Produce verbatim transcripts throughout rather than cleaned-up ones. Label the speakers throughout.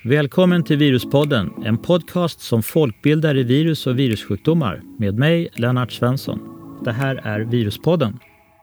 Speaker 1: Välkommen till Viruspodden, en podcast som folkbildar i virus och virussjukdomar med mig, Lennart Svensson. Det här är Viruspodden.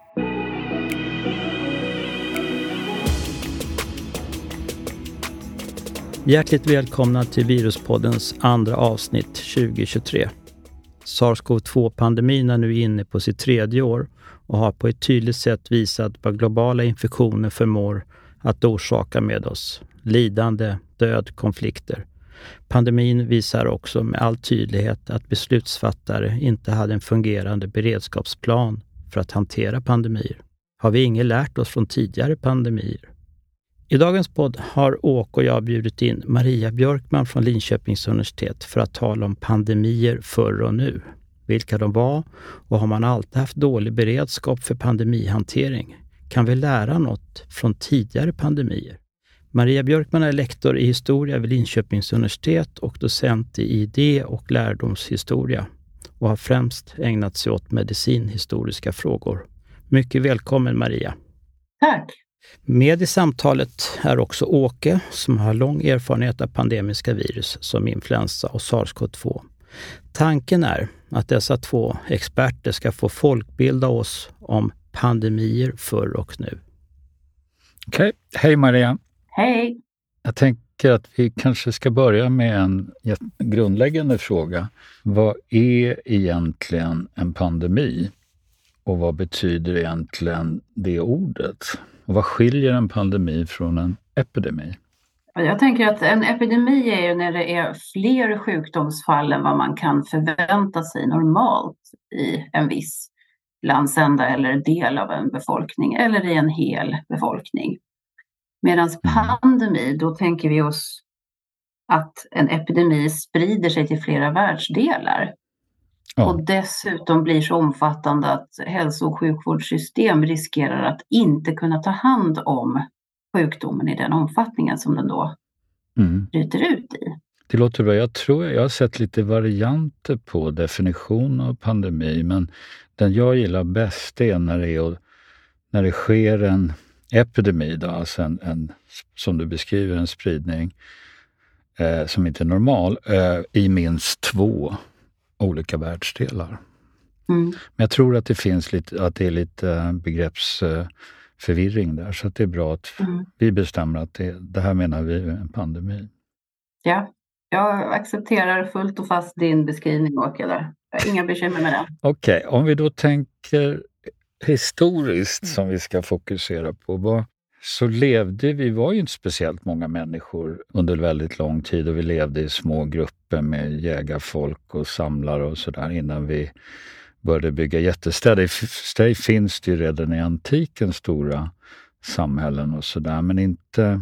Speaker 1: Hjärtligt välkomna till Viruspoddens andra avsnitt tjugo tjugotre. SARS-CoV två-pandemin är nu inne på sitt tredje år och har på ett tydligt sätt visat vad globala infektioner förmår att orsaka med oss. Lidande, död, konflikter. Pandemin visar också med all tydlighet att beslutsfattare inte hade en fungerande beredskapsplan för att hantera pandemier. Har vi inget lärt oss från tidigare pandemier? I dagens podd har Åke och jag bjudit in Maria Björkman från Linköpings universitet för att tala om pandemier förr och nu. Vilka de var och har man alltid haft dålig beredskap för pandemihantering? Kan vi lära något från tidigare pandemier? Maria Björkman är lektor i historia vid Linköpings universitet och docent i idé- och lärdomshistoria och har främst ägnat sig åt medicinhistoriska frågor. Mycket välkommen Maria.
Speaker 2: Tack.
Speaker 1: Med i samtalet är också Åke som har lång erfarenhet av pandemiska virus som influensa och SARS-CoV två. Tanken är att dessa två experter ska få folkbilda oss om pandemier förr och nu.
Speaker 3: Okej, okay. Hej Maria.
Speaker 2: Hej.
Speaker 3: Jag tänker att vi kanske ska börja med en grundläggande fråga. Vad är egentligen en pandemi? Och vad betyder egentligen det ordet? Och vad skiljer en pandemi från en epidemi?
Speaker 2: Jag tänker att en epidemi är ju när det är fler sjukdomsfall än vad man kan förvänta sig normalt i en viss landsända eller del av en befolkning eller i en hel befolkning. Medan pandemi, då tänker vi oss att en epidemi sprider sig till flera världsdelar. Ja. Och dessutom blir så omfattande att hälso- och sjukvårdssystem riskerar att inte kunna ta hand om sjukdomen i den omfattningen som den då mm. bryter ut i.
Speaker 3: Det låter bra. Jag tror jag har sett lite varianter på definition av pandemi, men den jag gillar bäst är när det, är, när det sker en epidemi, då, alltså en, en, som du beskriver, en spridning eh, som inte är normal eh, i minst två olika världsdelar. Mm. Men jag tror att det finns lite, att det är lite begreppsförvirring där, så att det är bra att mm. vi bestämmer att det, det här menar vi är en pandemi.
Speaker 2: Ja, jag accepterar fullt och fast din beskrivning, Åke, där. Jag har inga bekymmer med det.
Speaker 3: Okej, okay, om vi då tänker historiskt som vi ska fokusera på, vad, så levde vi, var ju inte speciellt många människor under väldigt lång tid och vi levde i små grupper med jägarfolk och samlare och sådär innan vi började bygga jättestäder. I städer finns det ju redan i antiken stora samhällen och sådär, men inte,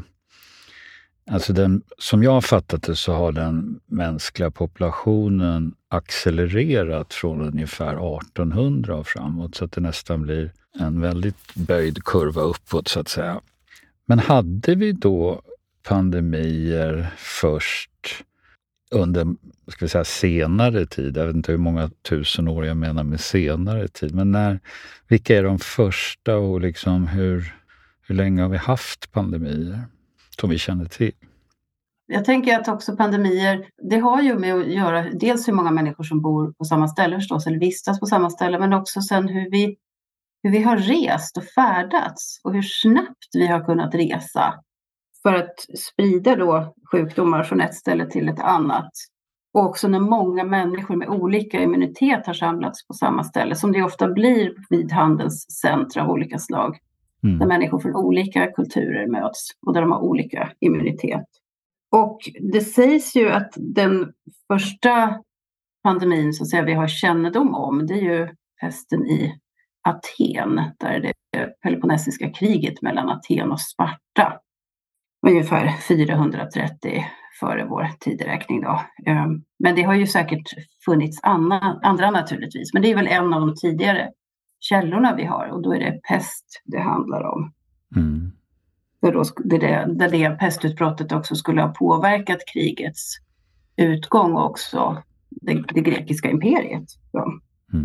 Speaker 3: alltså den, som jag har fattat det så har den mänskliga populationen accelererat från ungefär artonhundra och framåt, så att det nästan blir en väldigt böjd kurva uppåt så att säga. Men hade vi då pandemier först under, ska vi säga, senare tid? Jag vet inte hur många tusen år jag menar med senare tid, men när, vilka är de första och liksom hur, hur länge har vi haft pandemier som vi känner till?
Speaker 2: Jag tänker att också pandemier, det har ju med att göra dels hur många människor som bor på samma ställe förstås, eller vistas på samma ställe, men också sen hur vi, hur vi har rest och färdats och hur snabbt vi har kunnat resa för att sprida då sjukdomar från ett ställe till ett annat. Och också när många människor med olika immunitet har samlats på samma ställe, som det ofta blir vid handelns centra av olika slag, mm. där människor från olika kulturer möts och där de har olika immunitet. Och det sägs ju att den första pandemin så att säga, vi har kännedom om, det är ju pesten i Aten, där det Peloponnesiska kriget mellan Aten och Sparta, ungefär fyrahundratrettio före vår tideräkning då. Men det har ju säkert funnits andra, andra naturligtvis, men det är väl en av de tidigare källorna vi har, och då är det pest det handlar om. Mm. Där, då, där, det, där det pestutbrottet också skulle ha påverkat krigets utgång och också det, det grekiska imperiet.
Speaker 3: Mm.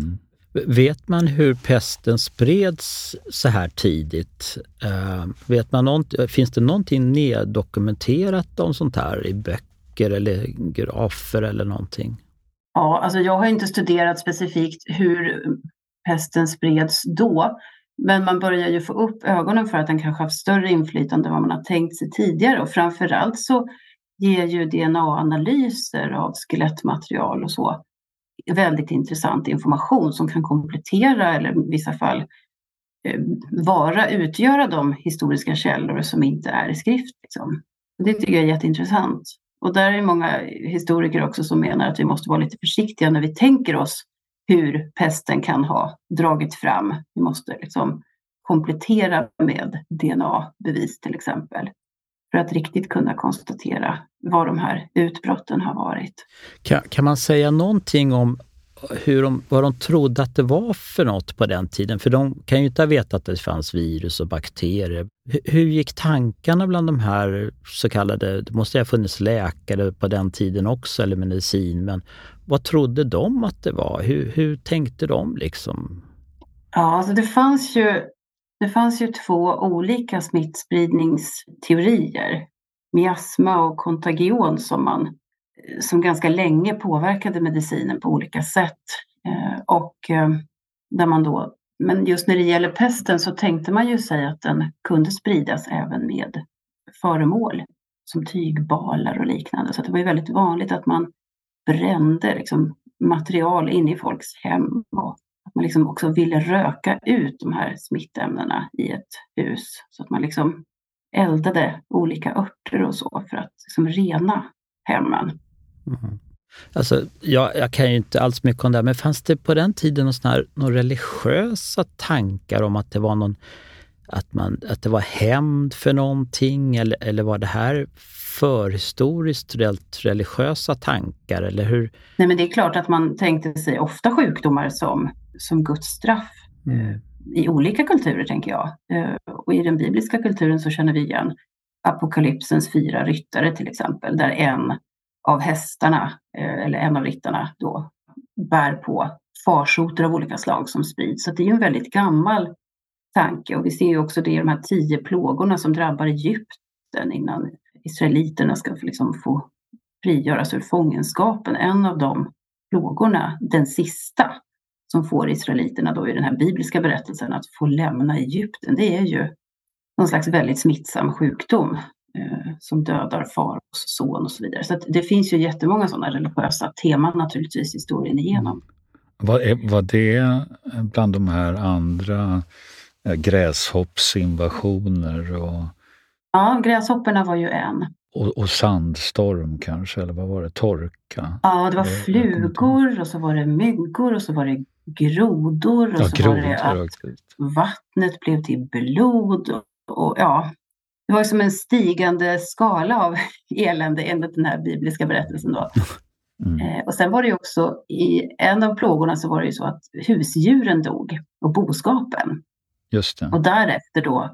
Speaker 1: Vet man hur pesten spreds så här tidigt? Uh, vet man något, finns det någonting neddokumenterat om sånt här i böcker eller grafer eller någonting?
Speaker 2: Ja, alltså jag har inte studerat specifikt hur pesten spreds då. Men man börjar ju få upp ögonen för att den kanske haft större inflytande än vad man har tänkt sig tidigare. Och framförallt så ger ju D N A-analyser av skelettmaterial och så väldigt intressant information som kan komplettera eller i vissa fall eh, vara, utgöra de historiska källor som inte är i skrift. Liksom. Det tycker jag är jätteintressant. Och där är många historiker också som menar att vi måste vara lite försiktiga när vi tänker oss hur pesten kan ha dragit fram. Vi måste liksom komplettera med D N A-bevis till exempel. För att riktigt kunna konstatera vad de här utbrotten har varit.
Speaker 1: Kan, kan man säga någonting om hur de, vad de trodde att det var för något på den tiden? För de kan ju inte ha vetat att det fanns virus och bakterier. Hur, hur gick tankarna bland de här så kallade, det måste ha funnits läkare på den tiden också eller medicin, men vad trodde de att det var? Hur, hur tänkte de liksom?
Speaker 2: Ja, alltså det fanns ju Det fanns ju två olika smittspridningsteorier, miasma och kontagion, som, man, som ganska länge påverkade medicinen på olika sätt. Eh, och eh, där man då, men just när det gäller pesten så tänkte man ju sig att den kunde spridas även med föremål som tygbalar och liknande. Så det var ju väldigt vanligt att man brände liksom, material in i folks hem och att man liksom också ville röka ut de här smittämnena i ett hus. Så att man liksom eldade olika örter och så för att liksom rena hemmen.
Speaker 1: Mm. Alltså, jag, jag kan ju inte alls mycket om det, men fanns det på den tiden någon sån här, någon religiösa tankar om att det var någon, att, man, att det var hämnd för någonting, eller, eller var det här förhistoriskt religiösa tankar, eller hur?
Speaker 2: Nej, men det är klart att man tänkte sig ofta sjukdomar som, som Guds straff mm. i olika kulturer, tänker jag. Och i den bibliska kulturen så känner vi igen Apokalypsens fyra ryttare till exempel, där en av hästarna eller en av ryttarna då bär på farsoter av olika slag som sprids. Så det är ju en väldigt gammal tanke, och vi ser ju också det i de här tio plågorna som drabbar Egypten innan israeliterna ska liksom få frigöras ur fångenskapen. En av de plågorna, den sista som får israeliterna då i den här bibliska berättelsen att få lämna Egypten, det är ju någon slags väldigt smittsam sjukdom eh, som dödar far och son och så vidare. Så att det finns ju jättemånga sådana religiösa teman naturligtvis historien igenom.
Speaker 3: Var, är, var det bland de här andra äh, gräshoppsinvasioner? Och...
Speaker 2: Ja, gräshopporna var ju en.
Speaker 3: Och, och sandstorm kanske, eller vad var det? Torka?
Speaker 2: Ja, det var flugor och så var det myggor och så var det grodor och
Speaker 3: ja,
Speaker 2: så
Speaker 3: grodor,
Speaker 2: var det att vattnet blev till blod och, och ja, det var som en stigande skala av elände enligt den här bibliska berättelsen då. Mm. Eh, och sen var det ju också i en av plågorna så var det ju så att husdjuren dog och boskapen.
Speaker 3: Just det.
Speaker 2: Och därefter då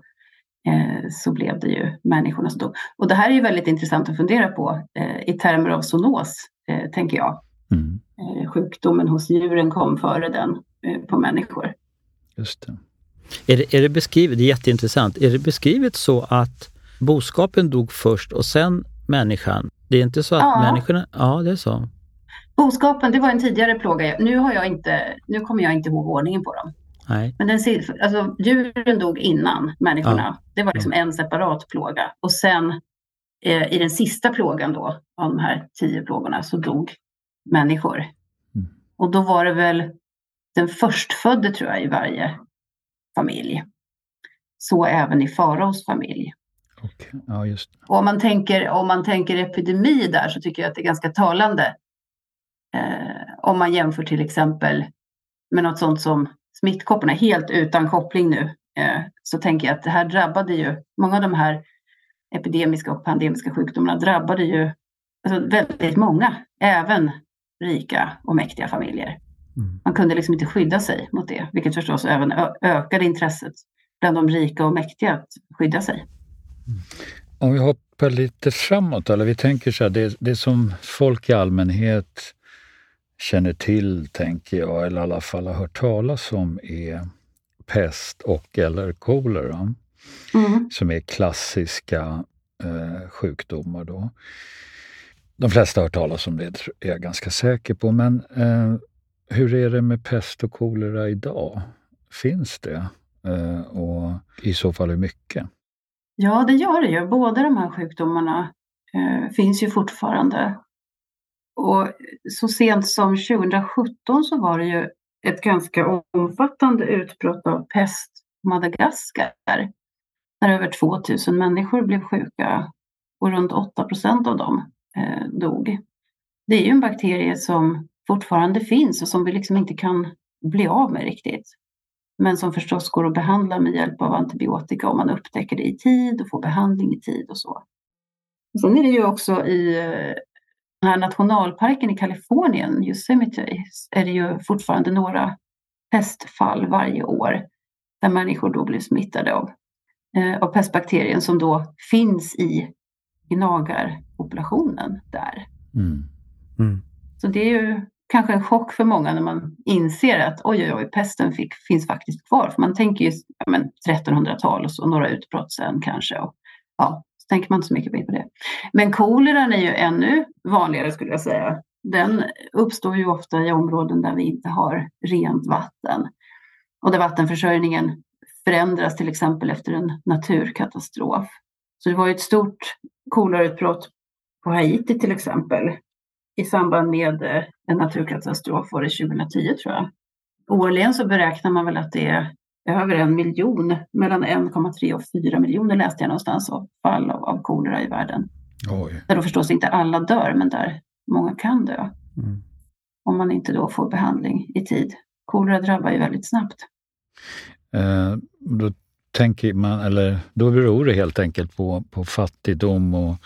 Speaker 2: eh, så blev det ju människorna som dog. Och det här är ju väldigt intressant att fundera på eh, i termer av zoonos, eh, tänker jag. Mm. Eh, sjukdomen hos djuren kom före den eh, på människor.
Speaker 3: Just det.
Speaker 1: Är det, är det beskrivet, det är jätteintressant, är det beskrivet så att boskapen dog först och sen människan? Det är inte så att ja. människorna... Ja, det är så.
Speaker 2: Boskapen, det var en tidigare plåga. Nu, har jag inte, nu kommer jag inte ihåg ordningen på dem.
Speaker 1: Nej.
Speaker 2: Men den, alltså, djuren dog innan människorna. Ja. Det var liksom en separat plåga. Och sen eh, i den sista plågan då, av de här tio plågorna, så dog människor. Mm. Och då var det väl den förstfödde, tror jag, i varje familj. Så även i faraos familj.
Speaker 3: Okay. Ja, just det.
Speaker 2: Och om man tänker, om man tänker epidemi där, så tycker jag att det är ganska talande. Eh, om man jämför till exempel med något sånt som smittkopporna, helt utan koppling nu, eh, så tänker jag att det här drabbade ju, många av de här epidemiska och pandemiska sjukdomarna drabbade ju alltså väldigt många, även rika och mäktiga familjer. Mm. Man kunde liksom inte skydda sig mot det, vilket förstås även ö- ökade intresset bland de rika och mäktiga att skydda sig. Mm.
Speaker 3: Om vi hoppar lite framåt, eller vi tänker så här, det, det som folk i allmänhet känner till, tänker jag, eller i alla fall har hört talas om, är pest och eller kolera. Mm. Som är klassiska eh, sjukdomar då. De flesta har hört talas om det, är jag ganska säker på. Men eh, hur är det med pest och kolera idag? Finns det? Eh, och i så fall hur mycket?
Speaker 2: Ja, det gör det ju. Båda de här sjukdomarna eh, finns ju fortfarande. Och så sent som tjugohundrasjutton så var det ju ett ganska omfattande utbrott av pest på Madagaskar. Där över tvåtusen människor blev sjuka och runt åtta procent av dem eh, dog. Det är ju en bakterie som fortfarande finns och som vi liksom inte kan bli av med riktigt. Men som förstås går att behandla med hjälp av antibiotika om man upptäcker det i tid och får behandling i tid och så. Och sen är det ju också i den här nationalparken i Kalifornien, Yosemite, är det ju fortfarande några pestfall varje år där människor då blir smittade av, eh, av pestbakterien som då finns i, i nagarpopulationen där. Mm. Mm. Så det är ju kanske en chock för många när man inser att oj, oj, oj, pesten fick, finns faktiskt kvar. För man tänker ju ja, men, trettonhundratal och så några utbrott sen kanske. Och, ja, så tänker man inte så mycket på det. Men koleran är ju ännu vanligare skulle jag säga. Den uppstår ju ofta i områden där vi inte har rent vatten. Och där vattenförsörjningen förändras till exempel efter en naturkatastrof. Så det var ju ett stort kolerautbrott på Haiti till exempel. I samband med en naturkatastrof var det tjugohundratio tror jag. Årligen så beräknar man väl att det är över en miljon, mellan en komma tre och fyra miljoner läste jag någonstans av fall av, av kolera i världen. Oj. Där då förstås inte alla dör, men där många kan dö. Mm. Om man inte då får behandling i tid. Kolera drabbar ju väldigt snabbt.
Speaker 3: Eh, då tänker man, eller då beror det helt enkelt på, på fattigdom och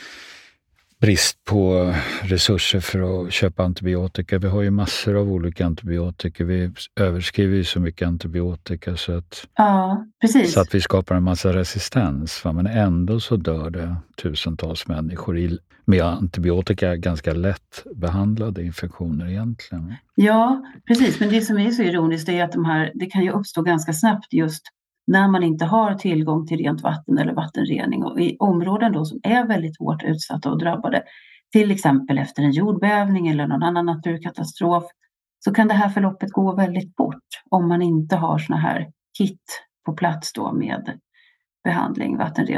Speaker 3: brist på resurser för att köpa antibiotika. Vi har ju massor av olika antibiotika. Vi överskriver ju så mycket antibiotika så att,
Speaker 2: ja, precis.
Speaker 3: Så att vi skapar en massa resistens. Va? Men ändå så dör det tusentals människor i, med antibiotika, ganska lätt behandlade infektioner egentligen.
Speaker 2: Ja, precis. Men det som är så ironiskt är att de här, det kan ju uppstå ganska snabbt just när man inte har tillgång till rent vatten eller vattenrening, och i områden då som är väldigt hårt utsatta och drabbade, till exempel efter en jordbävning eller någon annan naturkatastrof, så kan det här förloppet gå väldigt fort om man inte har såna här kit på plats då med behandling,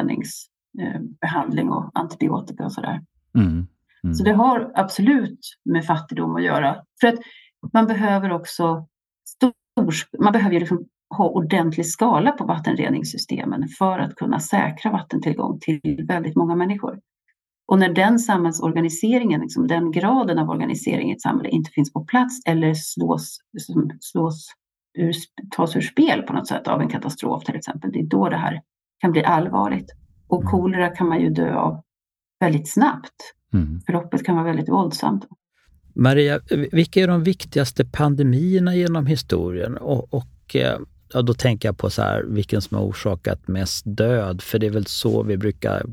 Speaker 2: vattenreningsbehandling och antibiotika och sådär. Mm. Mm. Så det har absolut med fattigdom att göra. För att man behöver också stor, man behöver ju liksom ha ordentlig skala på vattenreningssystemen för att kunna säkra vattentillgång till väldigt många människor. Och när den samhällsorganiseringen, liksom den graden av organisering i ett samhälle inte finns på plats eller slås, slås ur, tas ur spel på något sätt av en katastrof till exempel, det är då det här kan bli allvarligt. Och kolera kan man ju dö av väldigt snabbt. Mm. Förloppet kan vara väldigt våldsamt.
Speaker 1: Maria, vilka är de viktigaste pandemierna genom historien? Och, och ja, då tänker jag på så här, vilken som har orsakat mest död. För det är väl så vi brukar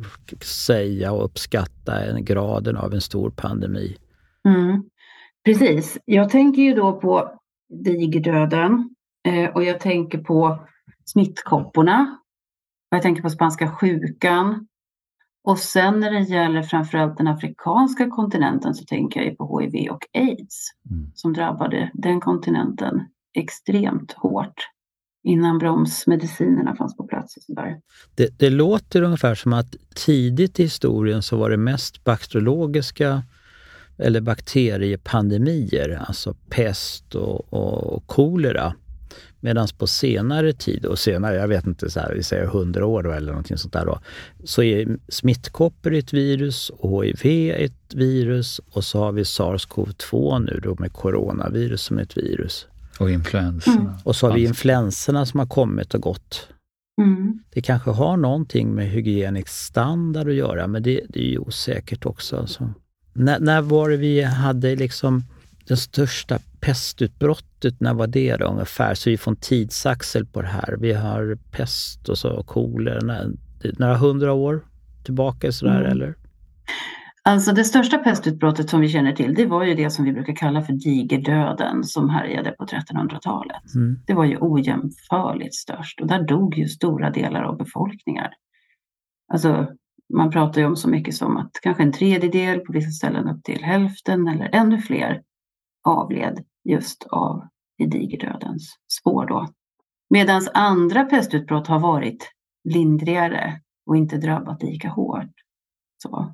Speaker 1: säga och uppskatta graden av en stor pandemi.
Speaker 2: Mm, precis. Jag tänker ju då på digerdöden eh, och jag tänker på smittkopporna. Jag tänker på spanska sjukan. Och sen när det gäller framförallt den afrikanska kontinenten så tänker jag på H I V och AIDS mm. som drabbade den kontinenten extremt hårt innan bromsmedicinerna fanns på plats och sådär.
Speaker 1: Det, det låter ungefär som att tidigt i historien så var det mest bakteriologiska eller bakteriepandemier, alltså pest och, och, och kolera. Medan på senare tid, och senare, jag vet inte, så här, vi säger hundra år då, eller någonting sånt där då, så är smittkoppor ett virus och H I V ett virus och så har vi SARS-CoV två nu då med coronavirus som ett virus.
Speaker 3: Och influenserna. Mm.
Speaker 1: Och så har vi influenserna som har kommit och gått. Mm. Det kanske har någonting med hygienisk standard att göra, men det, det är ju osäkert också. Alltså. När, när var det vi hade liksom det största pestutbrottet, när var det då ungefär? Så vi får en tidsaxel på det här. Vi har pest och så kolera några hundra år tillbaka sådär, mm. eller?
Speaker 2: Alltså det största pestutbrottet som vi känner till, det var ju det som vi brukar kalla för digerdöden som härjade på trettonhundratalet. Mm. Det var ju ojämförligt störst och där dog ju stora delar av befolkningar. Alltså man pratar ju om så mycket som att kanske en tredjedel, på vissa ställen upp till hälften eller ännu fler avled just av i digerdödens spår då. Medan andra pestutbrott har varit lindrigare och inte drabbat lika hårt. Så.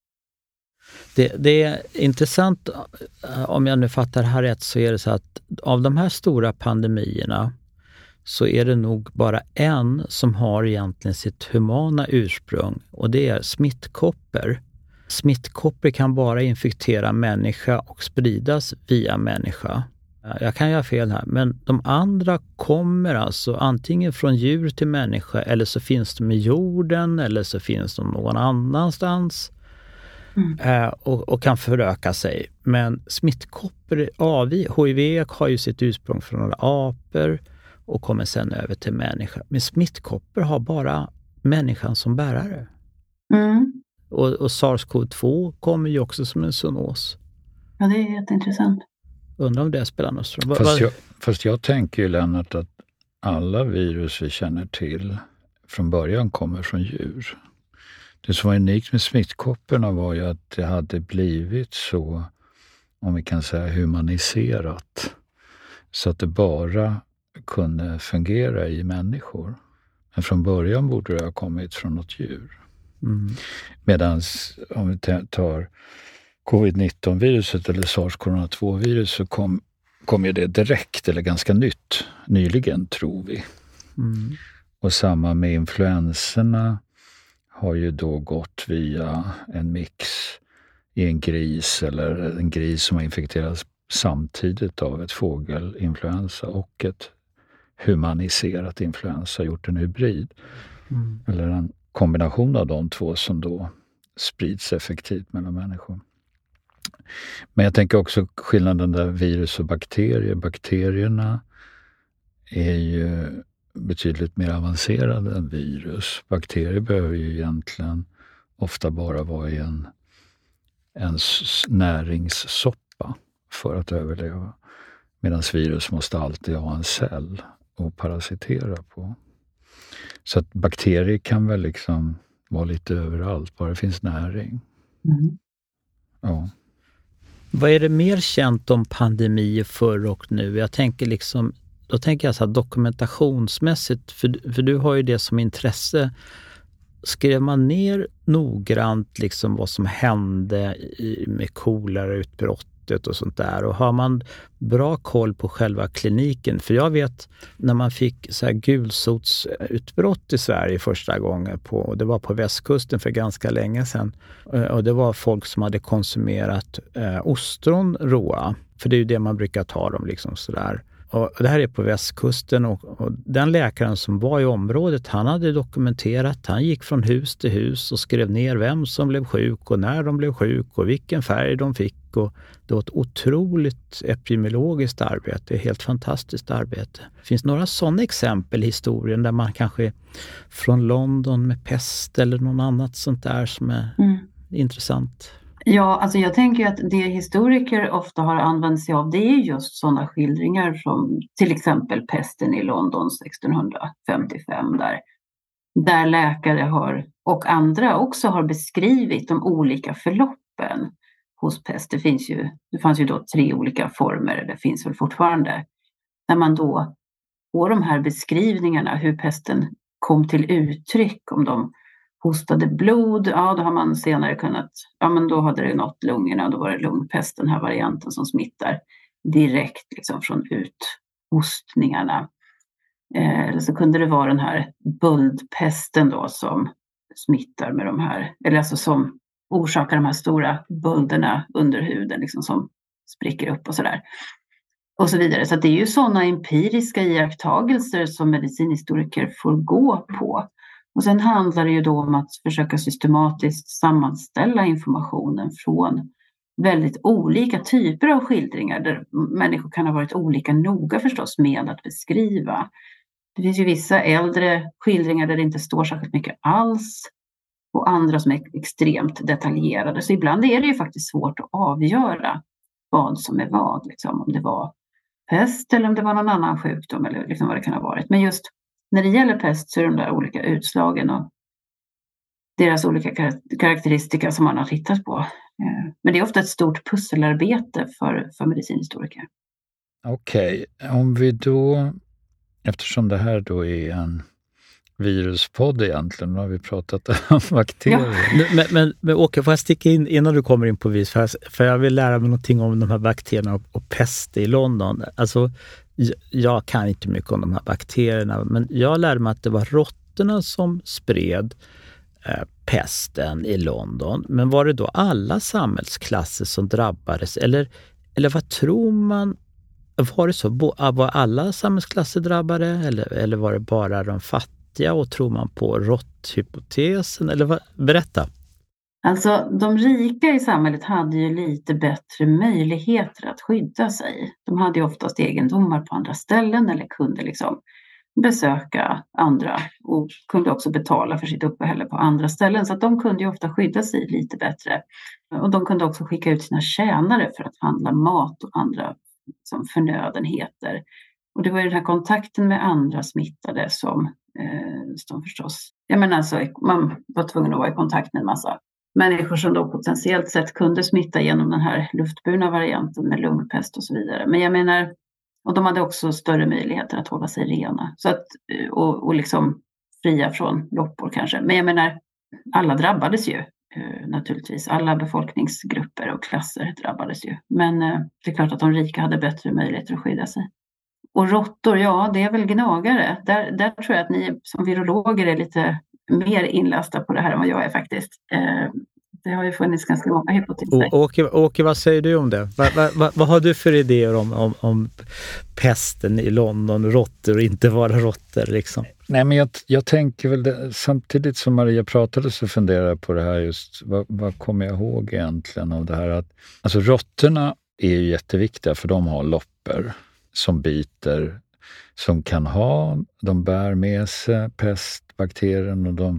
Speaker 1: Det, det är intressant, om jag nu fattar det här rätt, så är det så att av de här stora pandemierna så är det nog bara en som har egentligen sitt humana ursprung, och det är smittkoppor. Smittkoppor kan bara infektera människa och spridas via människa. Jag kan göra fel här, men de andra kommer alltså antingen från djur till människa, eller så finns de i jorden, eller så finns de någon annanstans. Mm. Eh, och, och kan föröka sig. Men smittkoppor, A V, H I V har ju sitt ursprung från några apor och kommer sedan över till människa. Men smittkoppor har bara människan som bärare.
Speaker 2: Mm.
Speaker 1: Och, och SARS-CoV två kommer ju också som en zoonos.
Speaker 2: Ja, det är jätteintressant.
Speaker 1: Undrar om det spelar någon roll.
Speaker 3: Fast jag, fast jag tänker ju, Lennart, att alla virus vi känner till från början kommer från djur. Det som var unikt med smittkopporna var ju att det hade blivit så, om vi kan säga, humaniserat. Så att det bara kunde fungera i människor. Men från början borde det ha kommit från något djur. Mm. Medan om vi tar covid nitton-viruset eller SARS-CoV två-virus, så kom, kom ju det direkt, eller ganska nytt, nyligen tror vi. Mm. Och samma med influenserna har ju då gått via en mix i en gris, eller en gris som har infekterats samtidigt av ett fågelinfluensa och ett humaniserat influensa, gjort en hybrid. Mm. Eller en kombination av de två som då sprids effektivt mellan människor. Men jag tänker också skillnaden där virus och bakterier. Bakterierna är ju betydligt mer avancerade än virus. Bakterier behöver ju egentligen ofta bara vara i en, en näringssoppa för att överleva. Medan virus måste alltid ha en cell att parasitera på. Så att bakterier kan väl liksom vara lite överallt, bara det finns näring. Mm. Ja.
Speaker 1: Vad är det mer känt om pandemier förr och nu? Jag tänker liksom, då tänker jag så här dokumentationsmässigt, för, för du har ju det som intresse. Skrev man ner noggrant liksom vad som hände i, med kolerautbrottet och sånt där? Och har man bra koll på själva kliniken? För jag vet när man fick så här gulsotsutbrott i Sverige första gången, på, och det var på västkusten för ganska länge sedan. Och det var folk som hade konsumerat eh, ostron råa. För det är ju det man brukar ta dem liksom sådär. Och det här är på västkusten, och, och den läkaren som var i området, han hade dokumenterat, han gick från hus till hus och skrev ner vem som blev sjuk och när de blev sjuk och vilken färg de fick. Och det var ett otroligt epidemiologiskt arbete, helt fantastiskt arbete. Det finns några sådana exempel i historien där man kanske från London med pest eller något annat sånt där som är mm. intressant.
Speaker 2: Ja, alltså jag tänker att det historiker ofta har använt sig av, det är just sådana skildringar som till exempel pesten i London sextonhundrafemtiofem, där, där läkare har, och andra också har beskrivit de olika förloppen hos pest. Det finns ju, det fanns ju då tre olika former, det finns väl fortfarande, när man då får de här beskrivningarna hur pesten kom till uttryck, om de hostade blod, ja då har man senare kunnat, ja men då hade det nått lungorna, då var det lungpest, den här varianten som smittar direkt liksom från uthostningarna. Eh, eller så kunde det vara den här böldpesten då som smittar med de här, eller alltså som orsakar de här stora bölderna under huden liksom som spricker upp och sådär. Och så vidare. Så det är ju sådana empiriska iakttagelser som medicinhistoriker får gå på. Och sen handlar det ju då om att försöka systematiskt sammanställa informationen från väldigt olika typer av skildringar, där människor kan ha varit olika noga förstås med att beskriva. Det finns ju vissa äldre skildringar där det inte står särskilt mycket alls. och andra som är extremt detaljerade. Så ibland är det ju faktiskt svårt att avgöra vad som är vad. Liksom, om det var pest eller om det var någon annan sjukdom eller liksom vad det kan ha varit. Men just när det gäller pest så är de där olika utslagen och deras olika karaktäristika som man har tittat på. Men det är ofta ett stort pusselarbete för, för medicinhistoriker.
Speaker 3: Okej, okay. Om vi då, eftersom det här då är en viruspodd egentligen, då har vi pratat om bakterier.
Speaker 1: Ja. Men, men, men Åke, får jag sticka in innan du kommer in på virus? För jag, för jag vill lära mig någonting om de här bakterierna och, och pest i London. Alltså, jag, jag kan inte mycket om de här bakterierna, men jag lärde mig att det var råttorna som spred eh, pesten i London. Men var det då alla samhällsklasser som drabbades? Eller, eller vad tror man? Var det så? Var alla samhällsklasser drabbade? Eller, eller var det bara de fattiga? Och tror man på råtthypotesen? Eller vad? Berätta.
Speaker 2: Alltså, de rika i samhället hade ju lite bättre möjligheter att skydda sig. De hade ju oftast egendomar på andra ställen eller kunde liksom besöka andra och kunde också betala för sitt uppehälle på andra ställen. Så att de kunde ju ofta skydda sig lite bättre. Och de kunde också skicka ut sina tjänare för att handla mat och andra som förnödenheter. Och det var ju den här kontakten med andra smittade som, eh, som förstås, jag menar alltså, man var tvungen att vara i kontakt med en massa människor som då potentiellt sett kunde smitta genom den här luftburna varianten med lungpest och så vidare. Men jag menar, och de hade också större möjligheter att hålla sig rena så att, och, och liksom fria från loppor kanske. Men jag menar, alla drabbades ju. Naturligtvis, alla befolkningsgrupper och klasser drabbades ju. Men eh, det är klart att de rika hade bättre möjligheter att skydda sig. Och råttor, ja, det är väl gnagare. Där, där tror jag att ni som virologer är lite mer inlästa på det här än vad jag är faktiskt. Eh, det har ju funnits ganska många hypoteser.
Speaker 1: Åke, Åke, vad säger du om det? Va, va, va, vad har du för idéer om, om, om pesten i London, råttor och inte vara råttor liksom?
Speaker 3: Nej, men jag, jag tänker väl det, samtidigt som Maria pratade så funderar jag på det här just, vad, vad kommer jag ihåg egentligen av det här att, alltså råttorna är ju jätteviktiga för de har loppor som biter, som kan ha, de bär med sig pestbakterien och de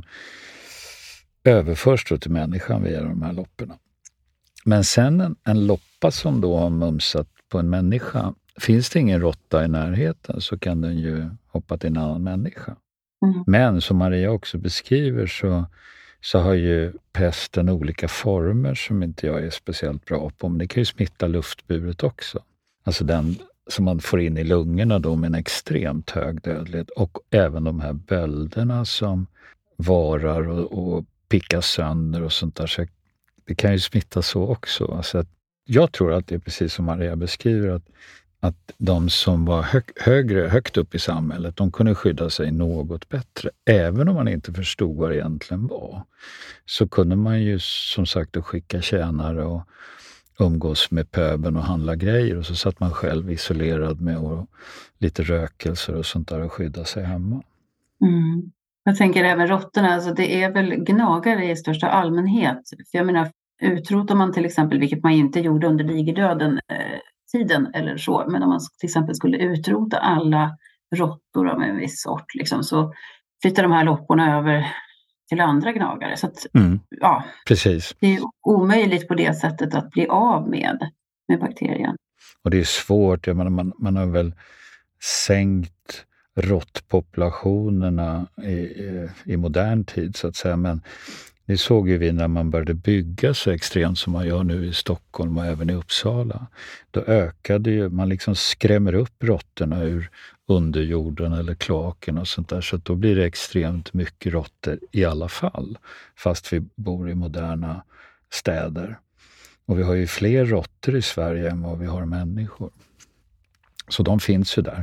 Speaker 3: överförs då till människan via de här lopporna. Men sen en, en loppa som då har mumsat på en människa, finns det ingen råtta i närheten så kan den ju hoppa till en annan människa. Mm. Men som Maria också beskriver så, så har ju pesten olika former som inte jag är speciellt bra på. Men det kan ju smitta luftburet också. Alltså den som man får in i lungorna då med en extremt hög dödlighet. Och även de här bölderna som varar och, och pickas sönder och sånt där. Så det kan ju smitta så också. Alltså att jag tror att det är precis som Maria beskriver att att de som var hög, högre, högt upp i samhället, de kunde skydda sig något bättre. Även om man inte förstod vad det egentligen var. Så kunde man ju som sagt skicka tjänare och umgås med pöben och handla grejer. Och så satt man själv isolerad med och lite rökelser och sånt där och skydda sig hemma.
Speaker 2: Mm. Jag tänker även råttorna, alltså det är väl gnagare i största allmänhet. För jag menar, utrotar man till exempel, vilket man inte gjorde under digerdöden, eh, tiden eller så, men om man till exempel skulle utrota alla råttor av en viss sort liksom, så flyttar de här lopporna över till andra gnagare. Så att,
Speaker 3: mm.
Speaker 2: ja,
Speaker 3: precis.
Speaker 2: Det är omöjligt på det sättet att bli av med, med bakterien.
Speaker 3: Och det är svårt, jag menar, man, man har väl sänkt råttpopulationerna i, i, i modern tid så att säga, men det såg ju vi när man började bygga så extremt som man gör nu i Stockholm och även i Uppsala. Då ökade ju, man liksom skrämmer upp råttorna ur underjorden eller kloaken och sånt där. Så att då blir det extremt mycket råttor i alla fall. Fast vi bor i moderna städer. Och vi har ju fler råttor i Sverige än vad vi har människor. Så de finns ju där.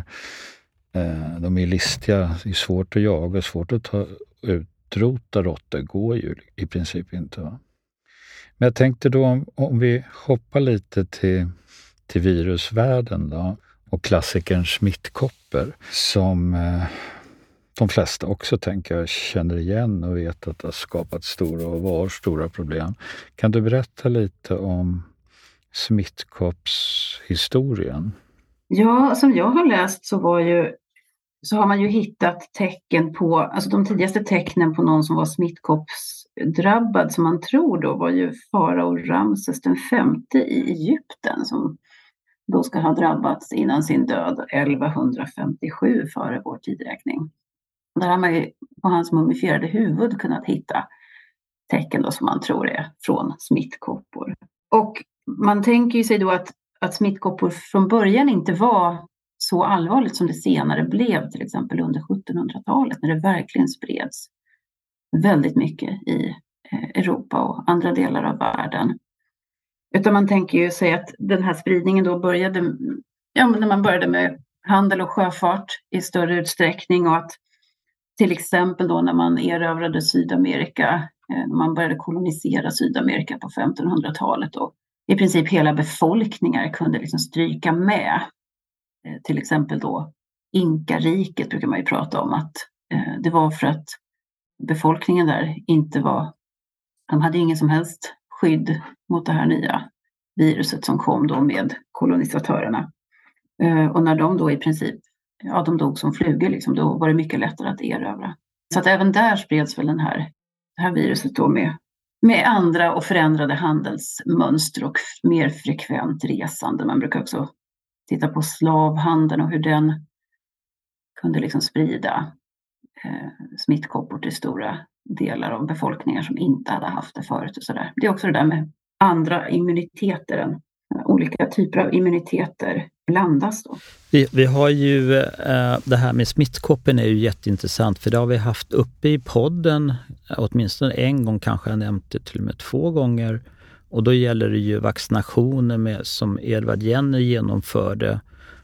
Speaker 3: De är listiga, det är svårt att jaga, svårt att ta ut. Utrota råttor går ju i princip inte. Va? Men jag tänkte då om, om vi hoppar lite till, till virusvärlden då, och klassikern smittkoppor som eh, de flesta också tänker jag känner igen och vet att det har skapat stora och var stora problem. Kan du berätta lite om smittkoppshistorien?
Speaker 2: Ja, som jag har läst så var ju så har man ju hittat tecken på, alltså de tidigaste tecknen på någon som var smittkopps drabbad som man tror då var ju farao Ramses den femte i Egypten som då ska ha drabbats innan sin död elvahundrafemtiosju före vår tidräkning. Där har man ju på hans mumifierade huvud kunnat hitta tecken då som man tror är från smittkoppor. Och man tänker ju sig då att, att smittkoppor från början inte var så allvarligt som det senare blev, till exempel under sjuttonhundratalet när det verkligen spreds väldigt mycket i Europa och andra delar av världen. Utan man tänker ju sig att den här spridningen då började, ja, när man började med handel och sjöfart i större utsträckning och att till exempel då när man erövrade Sydamerika, när man började kolonisera Sydamerika på femtonhundratalet och i princip hela befolkningar kunde liksom stryka med. Till exempel då Inkariket brukar man ju prata om att det var för att befolkningen där inte var, de hade ingen som helst skydd mot det här nya viruset som kom då med kolonisatörerna. Och när de då i princip, ja de dog som flugor liksom, då var det mycket lättare att erövra. Så att även där spreds väl den här, det här viruset då med, med andra och förändrade handelsmönster och mer frekvent resande. Man brukar också titta på slavhandeln och hur den kunde liksom sprida eh, smittkoppor till stora delar av befolkningar som inte hade haft det förut och sådär. Det är också det där med andra immuniteter, än, olika typer av immuniteter blandas då.
Speaker 1: Vi, vi har ju eh, det här med smittkoppen är ju jätteintressant för det har vi haft uppe i podden åtminstone en gång, kanske jag nämnt det till och med två gånger. Och då gäller det ju vaccinationer med, som Edward Jenner genomförde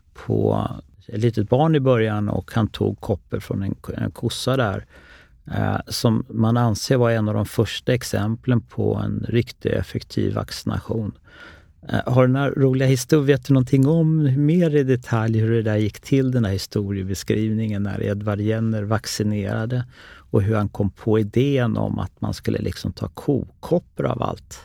Speaker 1: på ett litet barn i början och han tog koppor från en, en kossa där. Eh, som man anser var en av de första exemplen på en riktigt effektiv vaccination. Eh, har du några roliga historier, vet du någonting om mer i detalj hur det där gick till, den här historiebeskrivningen när Edward Jenner vaccinerade och hur han kom på idén om att man skulle liksom ta kokoppor av allt?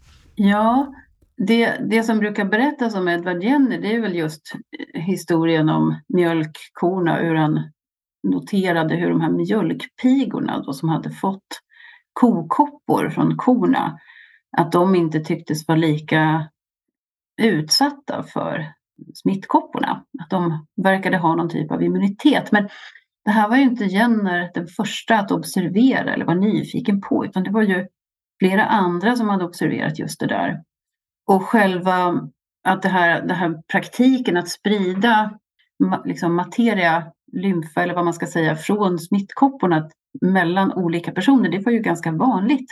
Speaker 2: Ja, det, det som brukar berättas om Edward Jenner det är väl just historien om mjölkkorna, hur han noterade hur de här mjölkpigorna då, som hade fått kokoppor från korna, att de inte tycktes vara lika utsatta för smittkopporna. Att de verkade ha någon typ av immunitet. Men det här var ju inte Jenner den första att observera eller vara nyfiken på, utan det var ju flera andra som hade observerat just det där. Och själva att det här, det här praktiken att sprida liksom materia, lymfa eller vad man ska säga från smittkopporna mellan olika personer, det var ju ganska vanligt.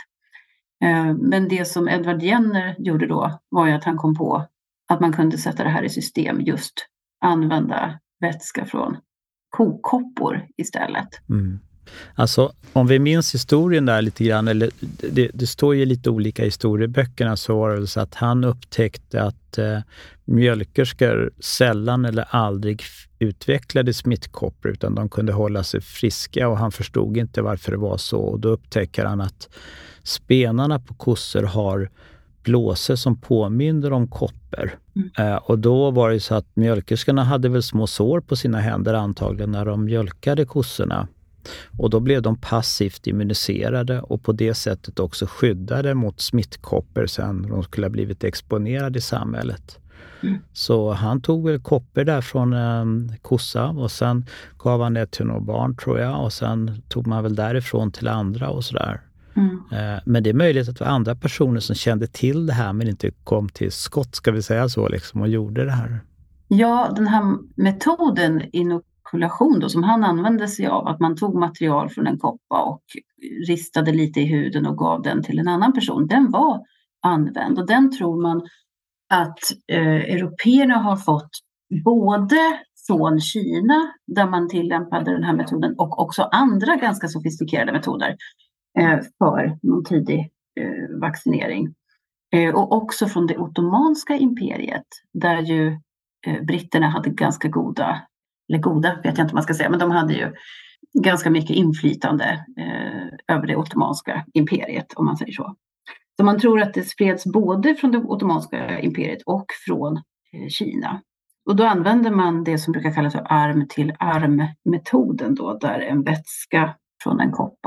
Speaker 2: Men det som Edward Jenner gjorde då var ju att han kom på att man kunde sätta det här i system, just använda vätska från kokoppor istället.
Speaker 1: Mm. Alltså om vi minns historien där lite grann, eller det, det står ju lite olika historieböckerna, så var det så att han upptäckte att eh, mjölkerskor sällan eller aldrig utvecklade smittkoppor utan de kunde hålla sig friska och han förstod inte varför det var så, och då upptäcker han att spenarna på kossor har blåsor som påminner om koppor. Mm. Eh, och då var det så att mjölkerskorna hade väl små sår på sina händer antagligen när de mjölkade kossorna. Och då blev de passivt immuniserade och på det sättet också skyddade mot smittkoppor sen de skulle ha blivit exponerade i samhället. Mm. Så han tog väl koppor där från en kossa och sen gav han det till några barn tror jag, och sen tog man väl därifrån till andra och sådär. Mm. Men det är möjligt att det var andra personer som kände till det här men inte kom till skott, ska vi säga så, liksom, och gjorde det här.
Speaker 2: Ja, den här metoden inokulation då, som han använde sig av, att man tog material från en koppa och ristade lite i huden och gav den till en annan person, den var använd och den tror man att eh, européerna har fått både från Kina där man tillämpade den här metoden och också andra ganska sofistikerade metoder eh, för någon tidig eh, vaccinering. Eh, och också från det ottomanska imperiet där ju eh, britterna hade ganska goda, eller goda vet jag inte vad man ska säga, men de hade ju ganska mycket inflytande eh, över det ottomanska imperiet om man säger så. Så man tror att det spreds både från det ottomanska imperiet och från eh, Kina. Och då använder man det som brukar kallas för arm till arm-metoden då, där en vätska från en koppa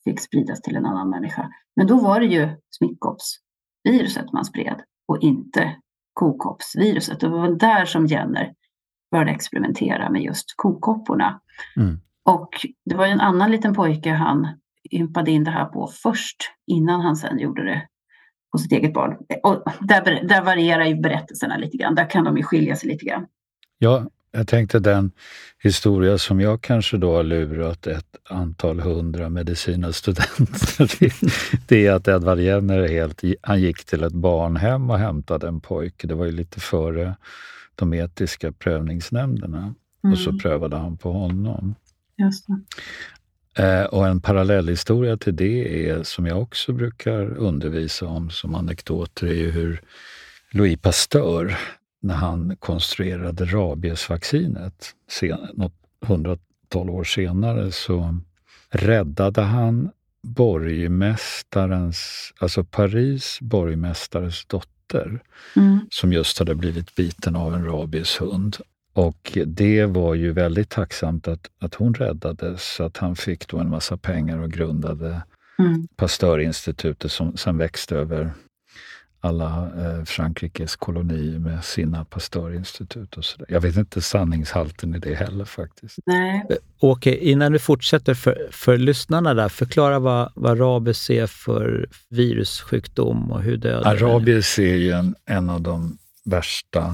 Speaker 2: fick spridas till en annan människa. Men då var det ju smittkoppsviruset man spred och inte kokoppsviruset. Det var där som Jenner började experimentera med just kokopporna. Mm. Och det var ju en annan liten pojke han ympade in det här på först, innan han sen gjorde det på sitt eget barn. Och där, där varierar ju berättelserna lite grann. Där kan de ju skilja sig lite grann.
Speaker 3: Ja, jag tänkte den historia som jag kanske då har lurat ett antal hundra medicinstudenter det, det är att Edvard Jenner helt, han gick till ett barnhem och hämtade en pojke. Det var ju lite före de etiska prövningsnämnderna. Mm. Och så prövade han på honom.
Speaker 2: Just det.
Speaker 3: Eh, och en parallellhistoria till det är, som jag också brukar undervisa om som anekdoter, är ju hur Louis Pasteur, när han konstruerade rabiesvaccinet sen, något hundratal år senare, så räddade han borgmästarens, alltså Paris borgmästares dotter, mm. som just hade blivit biten av en rabieshund. Och det var ju väldigt tacksamt att, att hon räddades, så att han fick då en massa pengar och grundade mm. Pasteur-institutet som sen växte över alla eh, Frankrikes kolonier med sina Pasteur-institut och sådär. Jag vet inte sanningshalten i det heller faktiskt.
Speaker 2: Nej.
Speaker 1: Åke, innan du fortsätter för, för lyssnarna där, förklara vad, vad rabies är för virussjukdom och hur dödar
Speaker 3: ja, rabies är ju en, en av de värsta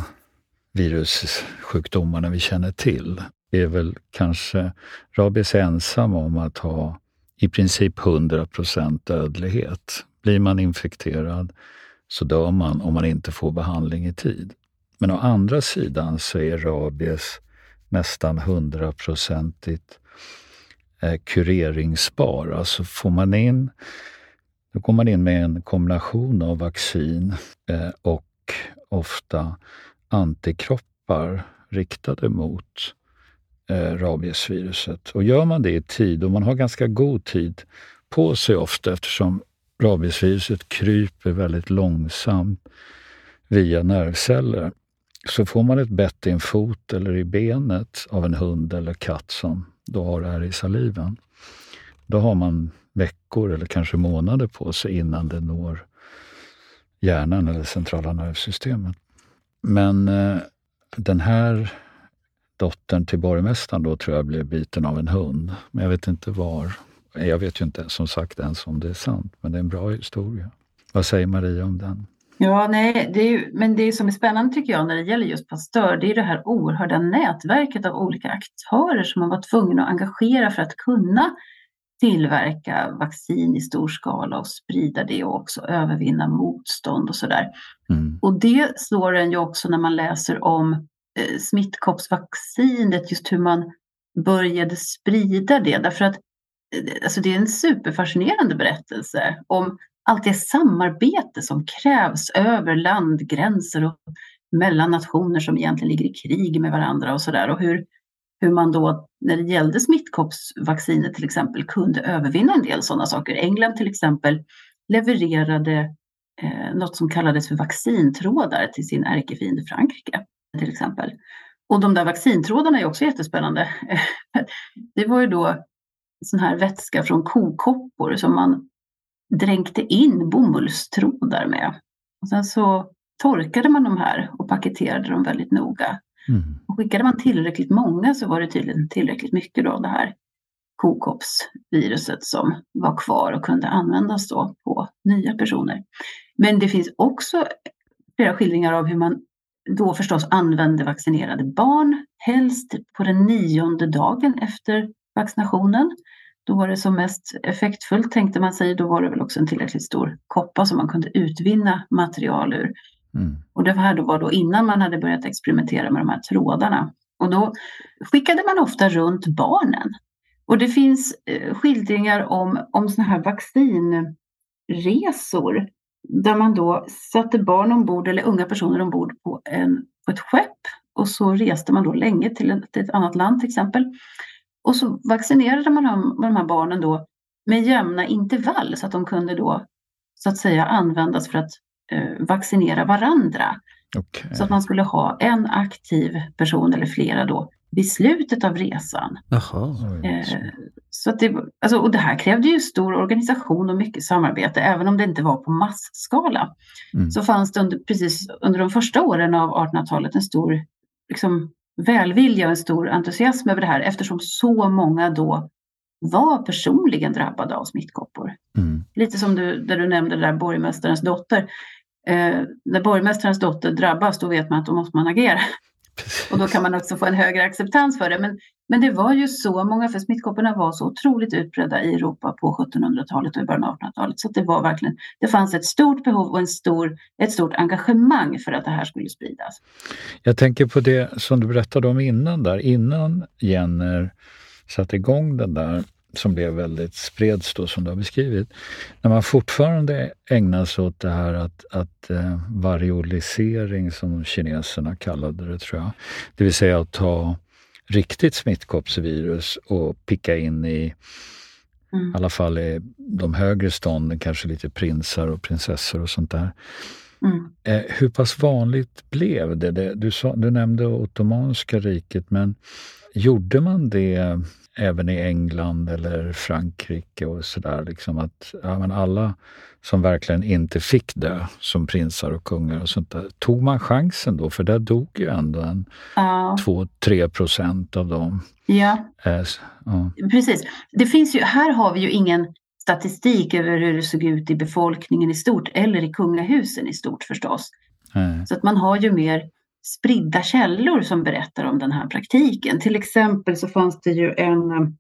Speaker 3: virussjukdomarna vi känner till. Det är väl kanske rabies ensam om att ha i princip hundra procent dödlighet. Blir man infekterad så dör man om man inte får behandling i tid. Men å andra sidan så är rabies nästan hundraprocentigt eh, kureringsbar. Alltså får man in, då går man in med en kombination av vaccin eh, och ofta antikroppar riktade mot eh, rabiesviruset. Och gör man det i tid, och man har ganska god tid på sig ofta, eftersom rabiesviruset kryper väldigt långsamt via nervceller, så får man ett bett i en fot eller i benet av en hund eller katt som då har det här i saliven. Då har man veckor eller kanske månader på sig innan det når hjärnan eller centrala nervsystemet. Men eh, den här dottern till borgmästaren då tror jag blev biten av en hund. Men jag vet inte var. Jag vet ju inte som sagt ens om det är sant, men det är en bra historia. Vad säger Maria om den?
Speaker 2: Ja, nej, det är ju, men det som är spännande tycker jag när det gäller just Pasteur, det är det här oerhörda nätverket av olika aktörer som man var tvungen att engagera för att kunna tillverka vaccin i stor skala och sprida det och också övervinna motstånd och sådär. Mm. Och det slår en ju också när man läser om eh, smittkoppsvaccinet, just hur man började sprida det. Därför att eh, alltså det är en superfascinerande berättelse om allt det samarbete som krävs över landgränser och mellan nationer som egentligen ligger i krig med varandra och sådär. Och hur Hur man då, när det gällde smittkoppsvaccinet till exempel, kunde övervinna en del sådana saker. England till exempel levererade eh, något som kallades för vaccintrådar till sin ärkefiende Frankrike till exempel. Och de där vaccintrådarna är också jättespännande. Det var ju då sån här vätska från kokoppor som man dränkte in bomullstrådar med. Och sen så torkade man de här och paketerade dem väldigt noga. Mm. Och skickade man tillräckligt många så var det tydligen tillräckligt mycket då det här kokoppsviruset som var kvar och kunde användas då på nya personer. Men det finns också flera skildringar av hur man då förstås använde vaccinerade barn, helst på den nionde dagen efter vaccinationen. Då var det som mest effektfullt tänkte man sig, då var det väl också en tillräckligt stor koppa som man kunde utvinna material ur. Mm. Och det här då var då innan man hade börjat experimentera med de här trådarna. Och då skickade man ofta runt barnen. Och det finns eh, skildringar om, om såna här vaccinresor där man då satte barn ombord eller unga personer ombord på, en, på ett skepp. Och så reste man då länge till, en, till ett annat land till exempel. Och så vaccinerade man de, de här barnen då med jämna intervall så att de kunde då så att säga användas för att vaccinera varandra. Okay. Så att man skulle ha en aktiv person eller flera då vid slutet av resan.
Speaker 1: Jaha.
Speaker 2: Eh, så att det, alltså, och det här krävde ju stor organisation och mycket samarbete, även om det inte var på massskala. Mm. Så fanns det under, precis under de första åren av artonhundratalet en stor liksom, välvilja och en stor entusiasm över det här, eftersom så många då var personligen drabbade av smittkoppor. Mm. Lite som du, där du nämnde det där borgmästarens dotter. Eh, när borgmästarens dotter drabbas, då vet man att då måste man agera. Och då kan man också få en högre acceptans för det. Men, men det var ju så många, för smittkopporna var så otroligt utbredda i Europa på sjuttonhundratalet och i början av artonhundratalet. Så det var verkligen, det fanns ett stort behov och en stor, ett stort engagemang för att det här skulle spridas.
Speaker 3: Jag tänker på det som du berättade om innan där. Innan Jenner satte igång den där som blev väldigt spreds då, som du har beskrivit. När man fortfarande ägnar sig åt det här att, att eh, variolisering, som kineserna kallade det, tror jag. Det vill säga att ta riktigt smittkoppsvirus och picka in i mm. i alla fall i de högre stånden, kanske lite prinsar och prinsessor och sånt där. Mm. Eh, hur pass vanligt blev det? det du, sa, du nämnde Ottomanska riket, men gjorde man det även i England eller Frankrike och sådär, liksom att ja, men alla som verkligen inte fick dö som prinsar och kungar och sånt där, tog man chansen då? För där dog ju ändå en ja. två till tre procent av dem.
Speaker 2: Ja.
Speaker 3: Äh, ja,
Speaker 2: precis. Det finns ju, här har vi ju ingen statistik över hur det såg ut i befolkningen i stort eller i kungahusen i stort förstås.
Speaker 3: Nej.
Speaker 2: Så att man har ju mer spridda källor som berättar om den här praktiken. Till exempel så fanns det ju en,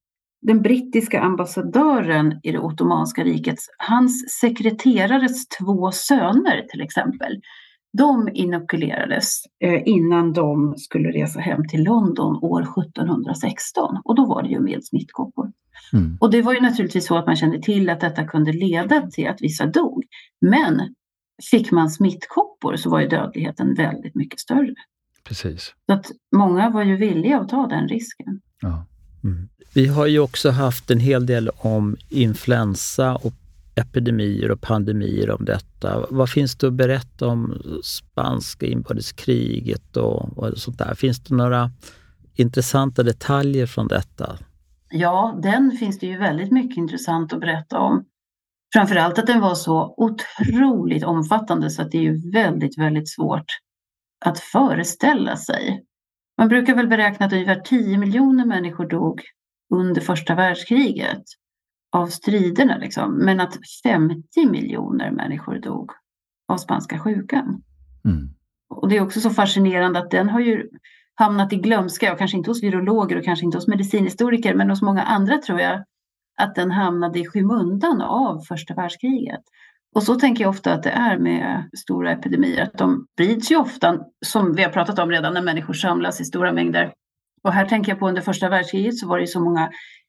Speaker 2: den brittiska ambassadören i det ottomanska riket, hans sekreterares två söner till exempel, de inokulerades eh, innan de skulle resa hem till London år sjuttonhundrasexton, och då var det ju med smittkoppor. Mm. Och det var ju naturligtvis så att man kände till att detta kunde leda till att vissa dog, men fick man smittkoppor så var ju dödligheten väldigt mycket större.
Speaker 3: Precis.
Speaker 2: Så att många var ju villiga att ta den risken.
Speaker 3: Ja.
Speaker 1: Mm. Vi har ju också haft en hel del om influensa och epidemier och pandemier om detta. Vad finns det att berätta om spanska inbördeskriget och, och sånt där? Finns det några intressanta detaljer från detta?
Speaker 2: Ja, den finns det ju väldigt mycket intressant att berätta om. Framförallt att den var så otroligt omfattande så att det är ju väldigt, väldigt svårt att föreställa sig. Man brukar väl beräkna att ungefär tio miljoner människor dog under första världskriget av striderna liksom. Men att femtio miljoner människor dog av spanska sjukan.
Speaker 3: Mm.
Speaker 2: Och det är också så fascinerande att den har ju hamnat i glömska, och kanske inte hos virologer och kanske inte hos medicinhistoriker, men hos många andra tror jag att den hamnade i skymundan av första världskriget. Och så tänker jag ofta att det är med stora epidemier, att de sprids ju ofta, som vi har pratat om redan, när människor samlas i stora mängder. Och här tänker jag på under första världskriget så var det så många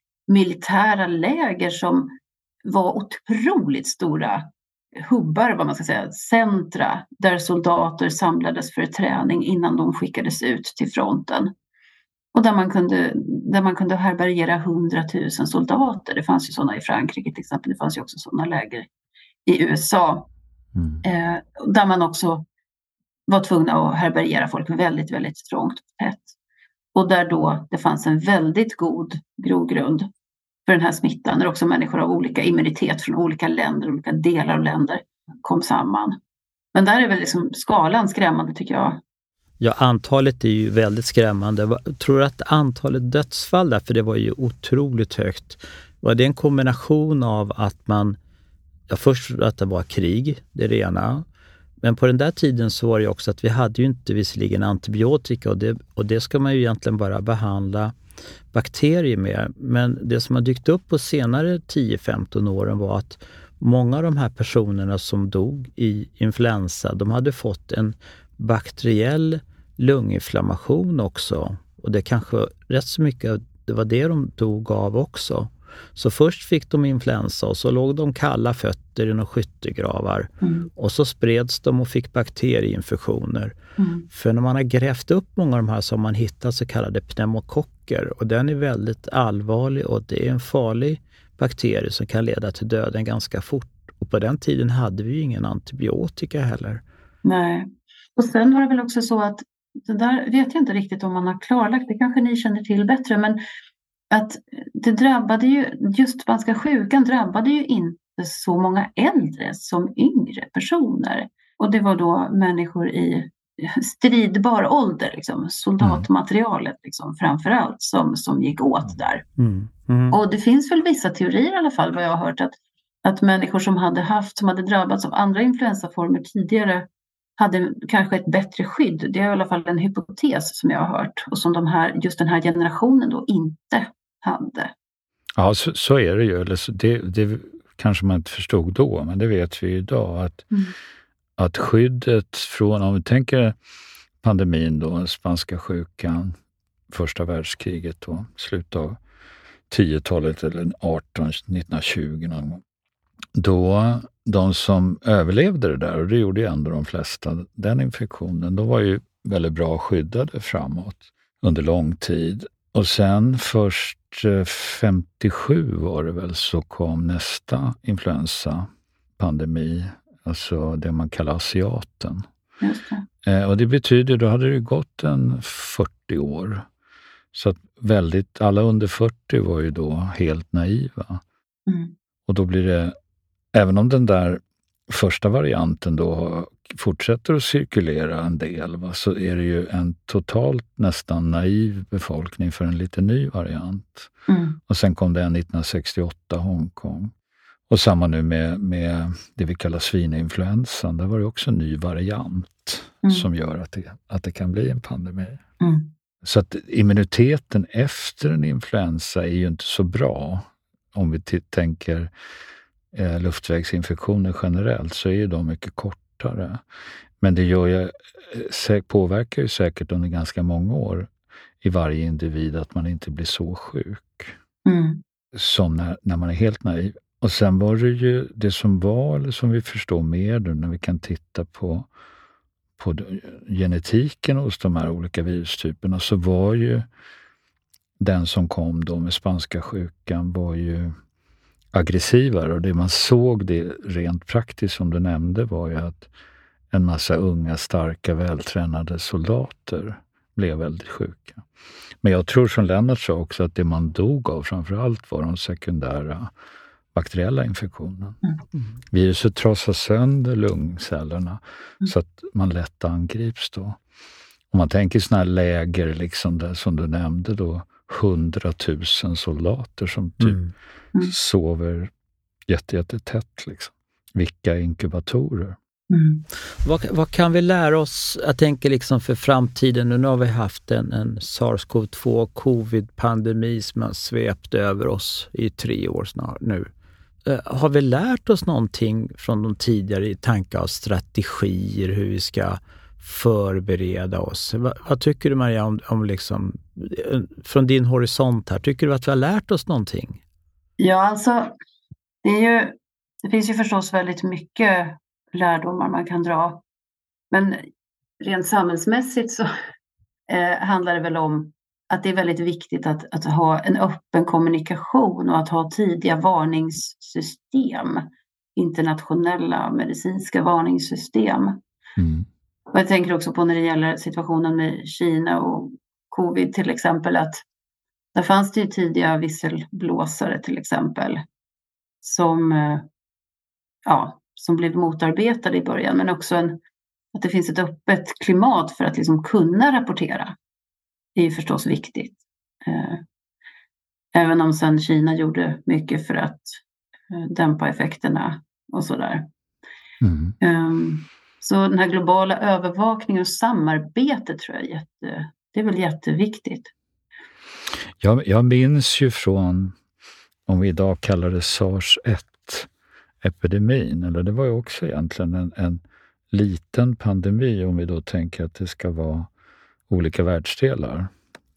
Speaker 2: militära läger som var otroligt stora hubbar, vad man ska säga, centra, där soldater samlades för träning innan de skickades ut till fronten. Och där man kunde, där man kunde härbärgera hundratusen soldater. Det fanns ju sådana i Frankrike till exempel. Det fanns ju också sådana läger i U S A.
Speaker 3: Mm.
Speaker 2: Eh, där man också var tvungna att härbärgera folk väldigt, väldigt trångt och tätt. Och där då det fanns en väldigt god grogrund för den här smittan. Där också människor av olika immunitet från olika länder, olika delar av länder kom samman. Men där är väl liksom skalan skrämmande tycker jag.
Speaker 1: Ja, antalet är ju väldigt skrämmande. Tror du att antalet dödsfall där, för det var ju otroligt högt, var det en kombination av att man, ja först att det var krig, det rena, men på den där tiden så var det också att vi hade ju inte visserligen antibiotika och det, och det ska man ju egentligen bara behandla bakterier med. Men det som har dykt upp på senare tio femton åren var att många av de här personerna som dog i influensa, de hade fått en bakteriell lunginflammation också. Och det kanske rätt så mycket, det var det de dog av också. Så först fick de influensa och så låg de kalla fötter i några skyttegravar. Mm. Och så spreds de och fick bakterieinfektioner. Mm. För när man har grävt upp många av de här så har man hittat så kallade pneumokocker. Och den är väldigt allvarlig och det är en farlig bakterie som kan leda till döden ganska fort. Och på den tiden hade vi ju ingen antibiotika heller.
Speaker 2: Nej. Och sen var det väl också så att det där vet jag inte riktigt om man har klarlagt. Det kanske ni känner till bättre. Men att det drabbade ju, just spanska sjukan drabbade ju inte så många äldre som yngre personer. Och det var då människor i stridbar ålder, liksom, soldatmaterialet liksom, framförallt som, som gick åt där. Mm. Mm. Och det finns väl vissa teorier i alla fall vad jag har hört att, att människor som hade haft, som hade drabbats av andra influensaformer tidigare hade kanske ett bättre skydd. Det är i alla fall en hypotes som jag har hört och som de här, just den här generationen då inte hade.
Speaker 3: Ja, så, så är det ju. Eller så, det, det kanske man inte förstod då, men det vet vi ju idag att mm. att skyddet från, om vi tänker pandemin då, spanska sjukan, första världskriget då, slutet av tiotalet eller arton, nittonhundratjugo någon gång. Då, de som överlevde det där, och det gjorde ju ändå de flesta, den infektionen, de var ju väldigt bra skyddade framåt under lång tid. Och sen först femtiosju var det väl så kom nästa influensapandemi, alltså det man kallar asiaten.
Speaker 2: Just det.
Speaker 3: Eh, och det betyder, då hade det gått en fyrtio år. Så att väldigt, alla under fyrtio var ju då helt naiva. Mm. Och då blir det, även om den där första varianten då fortsätter att cirkulera en del, va, så är det ju en totalt nästan naiv befolkning för en lite ny variant. Mm. Och sen kom det en nittonhundrasextioåtta, Hongkong. Och samma nu med, med det vi kallar svininfluensan. Där var det också en ny variant mm. som gör att det, att det kan bli en pandemi. Mm. Så att immuniteten efter en influensa är ju inte så bra. Om vi t- tänker eh, luftvägsinfektioner generellt så är ju de mycket kortare. Men det gör ju, påverkar ju säkert under ganska många år i varje individ att man inte blir så sjuk. Mm. Som när, när man är helt naiv. Och sen var det ju det som var, eller som vi förstår mer nu när vi kan titta på, på genetiken hos de här olika virustyperna, så var ju den som kom då med spanska sjukan var ju aggressivare. Och det man såg det rent praktiskt som du nämnde var ju att en massa unga, starka, vältränade soldater blev väldigt sjuka. Men jag tror som Lennart sa också att det man dog av framförallt var de sekundära bakteriella infektionen. Mm. Viruset trasar sönder lungcellerna mm. så att man lätt angrips då. Om man tänker sådana här läger liksom där, som du nämnde då, hundratusen soldater som typ mm. Mm. sover jätte, jätte tätt liksom. Vilka inkubatorer.
Speaker 1: Mm. Vad, vad kan vi lära oss, jag tänker liksom för framtiden, nu har vi haft en, en SARS-CoV två covid-pandemi som har svept över oss i tre år snart nu. Uh, har vi lärt oss någonting från de tidigare i tankar av strategier, hur vi ska förbereda oss? Va, vad tycker du, Maria, om, om liksom, från din horisont här, tycker du att vi har lärt oss någonting?
Speaker 2: Ja, alltså det, är ju, det finns ju förstås väldigt mycket lärdomar man kan dra. Men rent samhällsmässigt så eh, handlar det väl om att det är väldigt viktigt att, att ha en öppen kommunikation och att ha tidiga varningssystem. Internationella medicinska varningssystem. Mm. Och jag tänker också på när det gäller situationen med Kina och covid till exempel, att där fanns det ju tidiga visselblåsare till exempel som eh, ja, som blev motarbetade i början, men också en, att det finns ett öppet klimat för att liksom kunna rapportera. Det är ju förstås viktigt. Eh, även om sen Kina gjorde mycket för att eh, dämpa effekterna och sådär. Mm. Eh, så den här globala övervakningen och samarbetet tror jag är jätte, det är väl jätteviktigt.
Speaker 3: Jag, jag minns ju från, om vi idag kallar det SARS ett, epidemin, eller det var ju också egentligen en, en liten pandemi om vi då tänker att det ska vara olika världsdelar.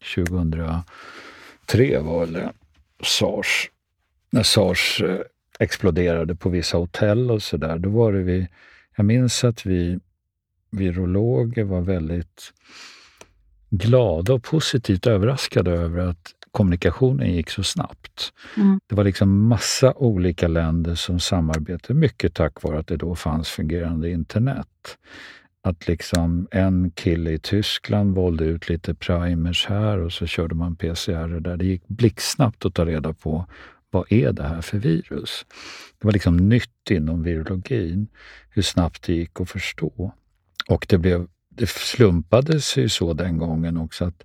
Speaker 3: tjugohundratre var det SARS, när SARS eh, exploderade på vissa hotell och sådär. Då var det vi, jag minns att vi virologer var väldigt glada och positivt överraskade över att kommunikationen gick så snabbt. Mm. Det var liksom massa olika länder som samarbetade, mycket tack vare att det då fanns fungerande internet. Att liksom en kille i Tyskland valde ut lite primers här och så körde man P C R där. Det gick blixtsnabbt att ta reda på vad är det här för virus. Det var liksom nytt inom virologin hur snabbt det gick att förstå. Och det, blev, det slumpade sig så den gången också att,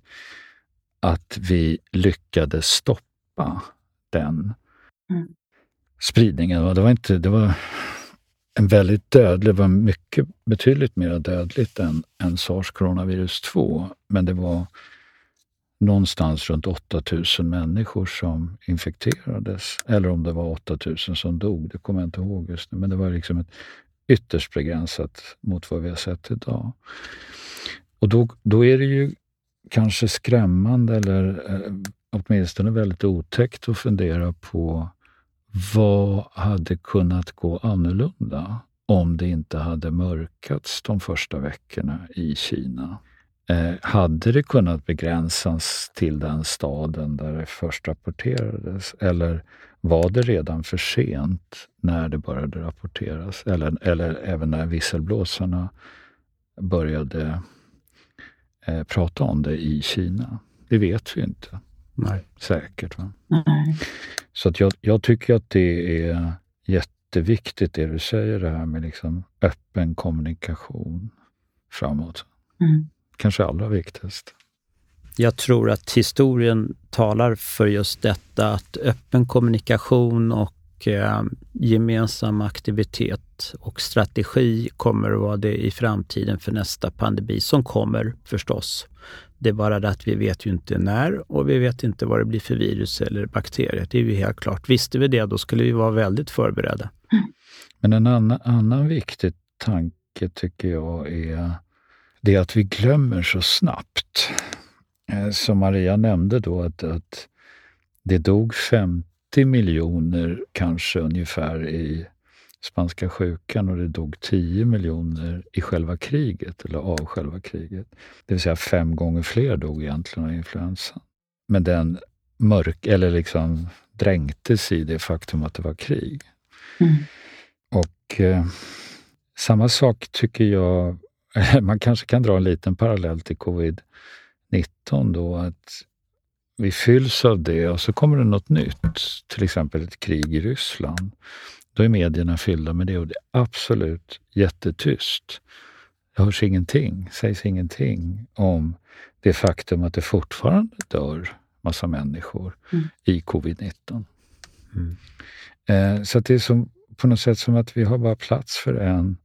Speaker 3: att vi lyckades stoppa den mm. spridningen. Det var inte... Det var, en väldigt dödlig, det var mycket betydligt mer dödligt än, än SARS-coronavirus två. Men det var någonstans runt åtta tusen människor som infekterades. Eller om det var åtta tusen som dog, det kommer jag inte ihåg just nu. Men det var liksom ett ytterst begränsat mot vad vi har sett idag. Och då, då är det ju kanske skrämmande eller eh, åtminstone väldigt otäckt att fundera på vad hade kunnat gå annorlunda om det inte hade mörkats de första veckorna i Kina? Eh, hade det kunnat begränsas till den staden där det först rapporterades? Eller var det redan för sent när det började rapporteras? Eller, eller även när visselblåsarna började eh, prata om det i Kina? Det vet vi inte. Nej. Säkert. Va? Nej. Så att jag, jag tycker att det är jätteviktigt det du säger, det här med liksom öppen kommunikation framåt. Mm. Kanske allra viktigast.
Speaker 1: Jag tror att historien talar för just detta, att öppen kommunikation och eh, gemensam aktivitet och strategi kommer att vara det i framtiden för nästa pandemi som kommer förstås. Det är bara det att vi vet ju inte när och vi vet inte vad det blir för virus eller bakterier. Det är ju helt klart. Visste vi det, då skulle vi vara väldigt förberedda.
Speaker 3: Mm. Men en annan, annan viktig tanke tycker jag är det att vi glömmer så snabbt. Eh, som Maria nämnde då att, att det dog femtio miljoner kanske ungefär i spanska sjukan och det dog tio miljoner i själva kriget eller av själva kriget. Det vill säga fem gånger fler dog egentligen av influensan. Men den mörk eller liksom dränktes i det faktum att det var krig. Mm. Och eh, samma sak tycker jag, man kanske kan dra en liten parallell till covid nitton då, att vi fylls av det och så kommer det något nytt, till exempel ett krig i Ryssland. Då är medierna fyllda med det och det är absolut jättetyst. Det hörs ingenting, sägs ingenting om det faktum att det fortfarande dör massa människor mm. i covid nitton. Mm. Eh, så att det är som, på något sätt som att vi har bara plats för en,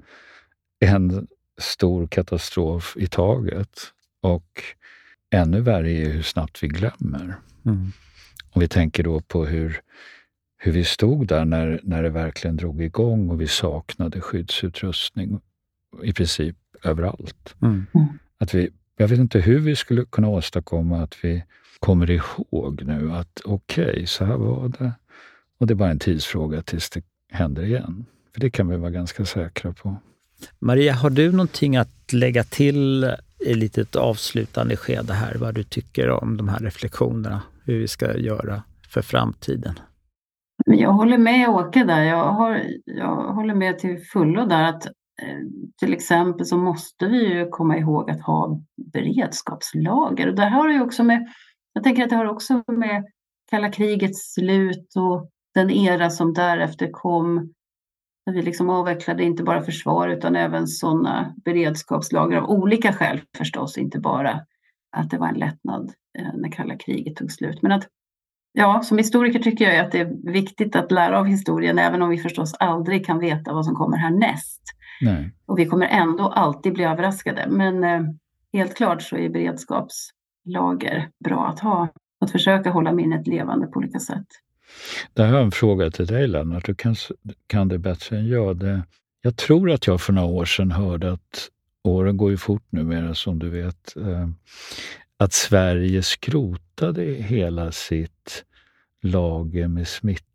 Speaker 3: en stor katastrof i taget. Och ännu värre är hur snabbt vi glömmer. Mm. Om vi tänker då på hur Hur vi stod där när, när det verkligen drog igång och vi saknade skyddsutrustning i princip överallt. Mm. Att vi, jag vet inte hur vi skulle kunna åstadkomma att vi kommer ihåg nu att okej, okay, så här var det. Och det är bara en tidsfråga tills det händer igen. För det kan vi vara ganska säkra på.
Speaker 1: Maria, har du någonting att lägga till i litet avslutande skede här? Vad du tycker om de här reflektionerna? Hur vi ska göra för framtiden?
Speaker 2: Jag håller med Åke där. Jag, har, jag håller med till fullo där att eh, till exempel så måste vi ju komma ihåg att ha beredskapslager. Och det här har ju också med, jag tänker att det har också med kalla krigets slut och den era som därefter kom. När vi liksom avvecklade inte bara försvar utan även sådana beredskapslager av olika skäl förstås. Inte bara att det var en lättnad eh, när kalla kriget tog slut. Men att ja, som historiker tycker jag att det är viktigt att lära av historien även om vi förstås aldrig kan veta vad som kommer härnäst. Nej. Och vi kommer ändå alltid bli överraskade. Men eh, helt klart så är beredskapslager bra att ha. Att försöka hålla minnet levande på olika sätt.
Speaker 3: Det här är en fråga till dig, Lennart. Du kan, kan det bättre än jag. Det, jag tror att jag för några år sedan hörde att åren går ju fort numera som du vet. Eh, att Sverige skrotade hela sitt lager med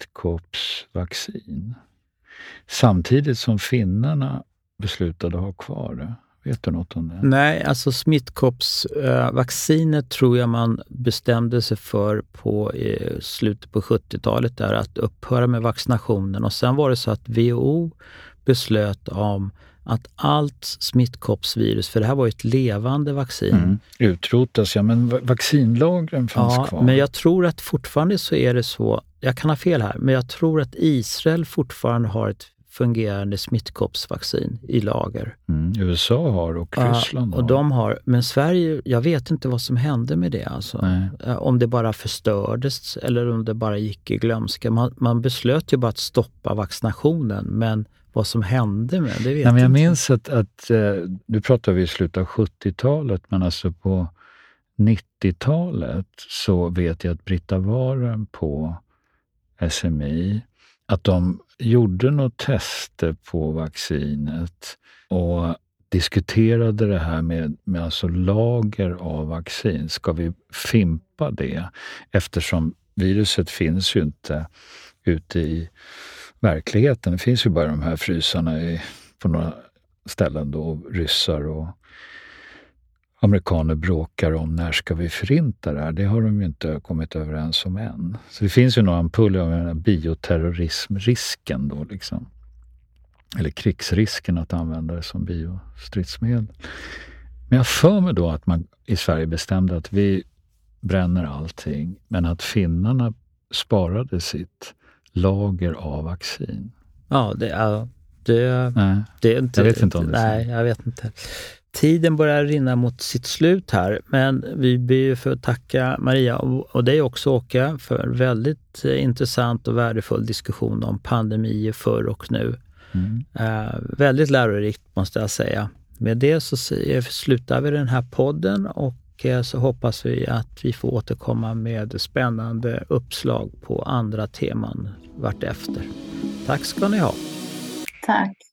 Speaker 3: smittkoppsvaccin. Samtidigt som finnarna beslutade att ha kvar det. Vet du något om det?
Speaker 1: Nej, alltså smittkoppsvaccinet tror jag man bestämde sig för på i slutet på sjuttiotalet där att upphöra med vaccinationen. Och sen var det så att W H O beslöt om att allt smittkoppsvirus, för det här var ju ett levande vaccin.
Speaker 3: Mm. Utrotas, ja, men vaccinlagren fanns
Speaker 1: ja,
Speaker 3: kvar.
Speaker 1: Men jag tror att fortfarande så är det så, jag kan ha fel här, men jag tror att Israel fortfarande har ett fungerande smittkoppsvaccin i lager.
Speaker 3: Mm, U S A har och Ryssland
Speaker 1: ja,
Speaker 3: har.
Speaker 1: Och de har. Men Sverige, jag vet inte vad som hände med det. Alltså.
Speaker 3: Nej.
Speaker 1: Om det bara förstördes eller om det bara gick i glömska. Man, man beslöt ju bara att stoppa vaccinationen, men vad som hände med det vet
Speaker 3: Nej, men jag
Speaker 1: inte.
Speaker 3: minns att, att nu pratar vi i slutet av sjuttiotalet, men alltså på nittiotalet så vet jag att Britta Waren på S M I, att de gjorde något tester på vaccinet och diskuterade det här med, med alltså lager av vaccin. Ska vi fimpa det? Eftersom viruset finns ju inte ute i verkligheten. Det finns ju bara de här frysarna i, på några ställen då, ryssar och amerikaner bråkar om när ska vi förinta det här. Det har de ju inte kommit överens om än. Så det finns ju några ampuller av den här bioterrorismrisken då liksom. Eller krigsrisken att använda det som biostridsmedel. Men jag för mig då att man i Sverige bestämde att vi bränner allting, men att finnarna sparade sitt lager av vaccin.
Speaker 1: Ja, det är... Det,
Speaker 3: nej,
Speaker 1: det är inte,
Speaker 3: jag vet inte om det är
Speaker 1: Nej, jag vet inte. Tiden börjar rinna mot sitt slut här, men vi ber ju för att tacka Maria och, och dig också, Åke, för väldigt eh, intressant och värdefull diskussion om pandemier förr och nu. Mm. Eh, väldigt lärorikt måste jag säga. Med det så slutar vi den här podden och eh, så hoppas vi att vi får återkomma med spännande uppslag på andra teman vart efter. Tack ska ni ha.
Speaker 2: Tack.